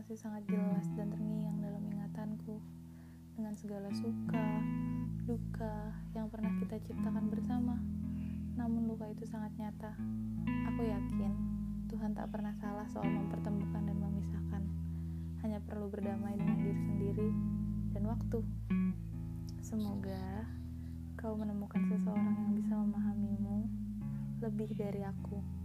masih sangat jelas dan terngiang dalam ingatanku, dengan segala suka, duka yang pernah kita ciptakan bersama. Namun luka itu sangat nyata. Aku yakin Tuhan tak pernah salah soal mempertemukan dan memisahkan. Hanya perlu berdamai dengan diri sendiri dan waktu. Semoga kau menemukan seseorang yang bisa memahamimu lebih dari aku.